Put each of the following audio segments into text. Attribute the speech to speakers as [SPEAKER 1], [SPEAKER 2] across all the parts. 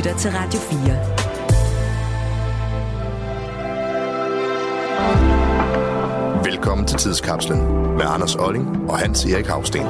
[SPEAKER 1] lytter til Radio 4.
[SPEAKER 2] Velkommen til Tidskapslen med Anders Olling og Hans Erik Hausten.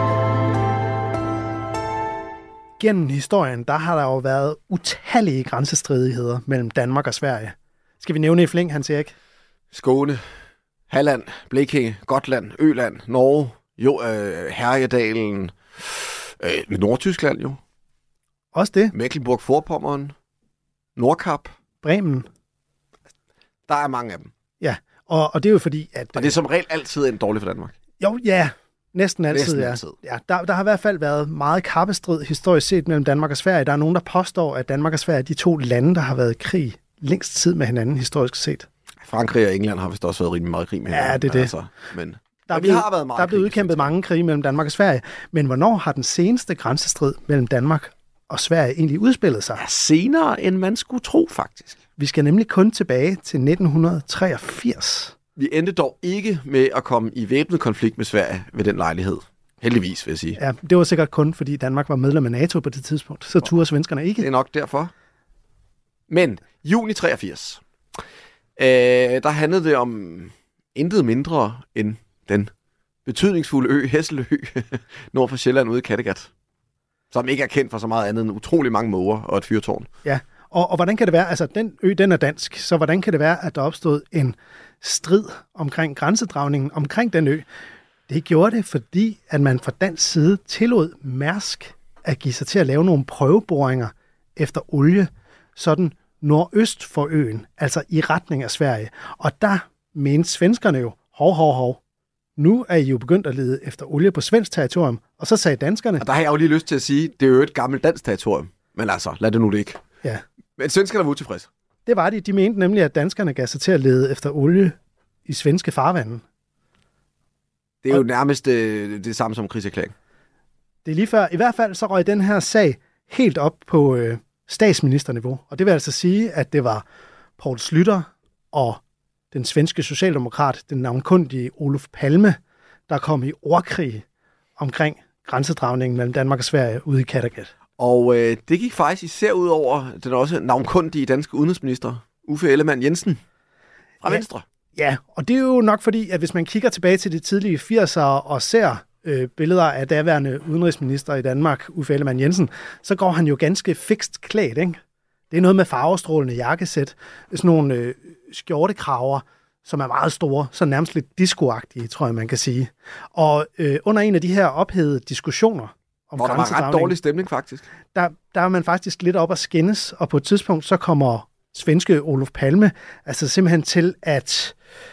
[SPEAKER 3] Gennem historien, der har der jo været utallige grænsestridigheder mellem Danmark og Sverige. Skal vi nævne i flæng, Hans Erik?
[SPEAKER 4] Skåne, Halland, Blekinge, Gotland, Øland, Norge, Herjedalen, Nordtyskland jo.
[SPEAKER 3] Også det.
[SPEAKER 4] Mecklenburg-Vorpommern, Nordkap.
[SPEAKER 3] Bremen.
[SPEAKER 4] Der er mange af dem.
[SPEAKER 3] Ja, og det er jo fordi, at...
[SPEAKER 4] Og det er som regel altid en dårlig for Danmark.
[SPEAKER 3] Jo, ja. Næsten altid,
[SPEAKER 4] Næsten
[SPEAKER 3] ja.
[SPEAKER 4] altid.
[SPEAKER 3] Ja, der har i hvert fald været meget kappestrid historisk set mellem Danmark og Sverige. Der er nogen, der påstår, at Danmark og Sverige er de to lande, der har været i krig længst tid med hinanden historisk set.
[SPEAKER 4] Frankrig og England har vist også været rimelig meget krig med hinanden.
[SPEAKER 3] Ja, det er det.
[SPEAKER 4] Altså, men
[SPEAKER 3] Der er blevet udkæmpet mange krige mellem Danmark og Sverige. Men hvornår har den seneste grænsestrid mellem Danmark og Sverige egentlig udspillet sig?
[SPEAKER 4] Ja, senere end man skulle tro, faktisk.
[SPEAKER 3] Vi skal nemlig kun tilbage til 1983.
[SPEAKER 4] Vi endte dog ikke med at komme i væbnet konflikt med Sverige ved den lejlighed. Heldigvis, vil jeg sige.
[SPEAKER 3] Ja, det var sikkert kun, fordi Danmark var medlem af NATO på det tidspunkt. Så turde svenskerne ikke.
[SPEAKER 4] Det er nok derfor. Men juni 83, der handlede det om intet mindre end den betydningsfulde ø, Hesselø, nord for Sjælland ude i Kattegat, som ikke er kendt for så meget andet end utrolig mange måger og et fyrtårn.
[SPEAKER 3] Ja, og hvordan kan det være, altså den ø, den er dansk, så hvordan kan det være, at der opstod en strid omkring grænsedragningen omkring den ø? Det gjorde det, fordi at man fra dansk side tillod Mærsk at give sig til at lave nogle prøveboringer efter olie, sådan nordøst for øen, altså i retning af Sverige. Og der mente svenskerne jo, hov, nu er I jo begyndt at lede efter olie på svensk territorium, og så sagde danskerne...
[SPEAKER 4] Og der har jeg jo lige lyst til at sige, det er jo et gammelt dansk territorium, men altså, lad det nu det ikke.
[SPEAKER 3] Ja.
[SPEAKER 4] Men svenskerne var utilfredse.
[SPEAKER 3] Det var de. De mente nemlig, at danskerne gav sig til at lede efter olie i svenske farvande.
[SPEAKER 4] Det er jo nærmest det samme som krigserklæring.
[SPEAKER 3] Det er lige før. I hvert fald så røg den her sag helt op på statsministerniveau. Og det vil altså sige, at det var Poul Schlüter og den svenske socialdemokrat, den navnkundige Olof Palme, der kom i ordkrig omkring grænsedragningen mellem Danmark og Sverige ude i Kattegat.
[SPEAKER 4] Og det gik faktisk især ud over den også navnkundige danske udenrigsminister, Uffe Ellemann-Jensen fra Venstre.
[SPEAKER 3] Ja, og det er jo nok fordi, at hvis man kigger tilbage til de tidlige 80'ere og ser billeder af daværende udenrigsminister i Danmark, Uffe Ellemann-Jensen, så går han jo ganske fikst klædt, ikke? Det er noget med farvestrålende jakkesæt, sådan nogle skjortekraver, som er meget store, så nærmest lidt discoagtige, tror jeg, man kan sige. Og under en af de her ophedede diskussioner om
[SPEAKER 4] hvor der var ret dårlig stemning, faktisk.
[SPEAKER 3] Der er man faktisk lidt op at skændes, og på et tidspunkt så kommer svenske Olof Palme altså simpelthen til at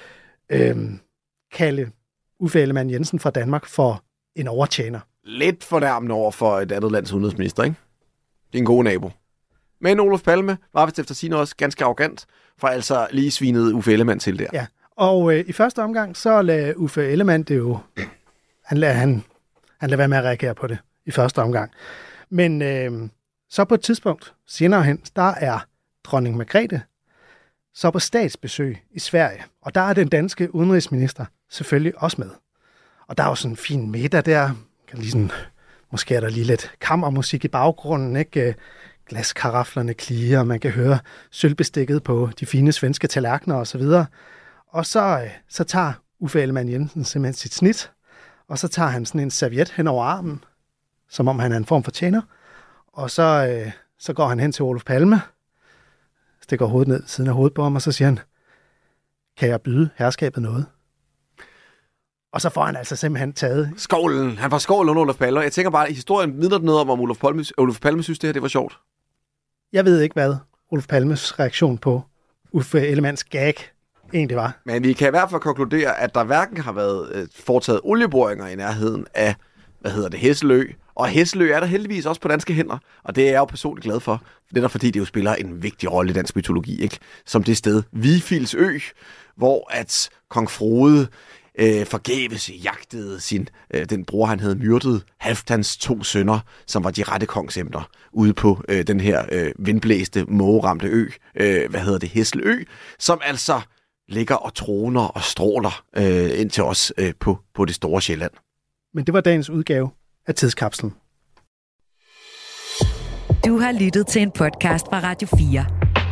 [SPEAKER 3] kalde Uffe Ellemann-Jensen fra Danmark for en overtjener.
[SPEAKER 4] Lidt fornærmende over for et andet lands udenrigsminister, ikke? Det er en god nabo. Men Olof Palme var vist efter sigende også ganske arrogant, for altså lige svinede Uffe Ellemann til der.
[SPEAKER 3] Ja, og i første omgang, så lader Uffe Ellemann det jo... Han lader være med at reagere på det i første omgang. Men så på et tidspunkt senere hen, der er dronning Margrethe så på statsbesøg i Sverige. Og der er den danske udenrigsminister selvfølgelig også med. Og der er jo sådan en fin middag der. Måske er der lige lidt kammermusik i baggrunden, ikke? Glaskaraflerne klirer, man kan høre sølvbestikket på de fine svenske tallerkener og så videre. Og så tager Uffe Ellemann-Jensen simpelthen sit snit, og så tager han sådan en serviet hen over armen, som om han er en form for tjener. Og så går han hen til Olof Palme, stikker hovedet ned siden af hovedet på ham, og så siger han, kan jeg byde herskabet noget? Og så får han altså simpelthen taget...
[SPEAKER 4] Skålen. Han får skål under Olof Palme. Jeg tænker bare, at historien vidner noget om Olof Palme synes, det her det var sjovt.
[SPEAKER 3] Jeg ved ikke, hvad Olof Palmes reaktion på Uffe Ellemanns gag egentlig var.
[SPEAKER 4] Men vi kan i hvert fald konkludere, at der hverken har været foretaget olieboringer i nærheden af, Hesselø. Og Hesselø er der heldigvis også på danske hænder, og det er jeg jo personligt glad for. Det er fordi, det jo spiller en vigtig rolle i dansk mytologi, ikke? Som det sted Vigfils Ø, hvor at kong Frode forgæves jagtede den bror, han havde myrdet, Halftans 2 sønner, som var de rette kongsemner, ude på den her vindblæste, mågeramte ø, Hesselø, som altså ligger og troner og stråler ind til os på det store Sjælland.
[SPEAKER 3] Men det var dagens udgave af Tidskapslen.
[SPEAKER 1] Du har lyttet til en podcast fra Radio 4.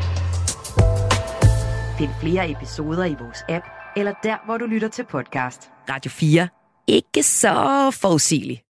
[SPEAKER 1] Find flere episoder i vores app, eller der, hvor du lytter til podcast. Radio 4. Ikke så forudsigeligt.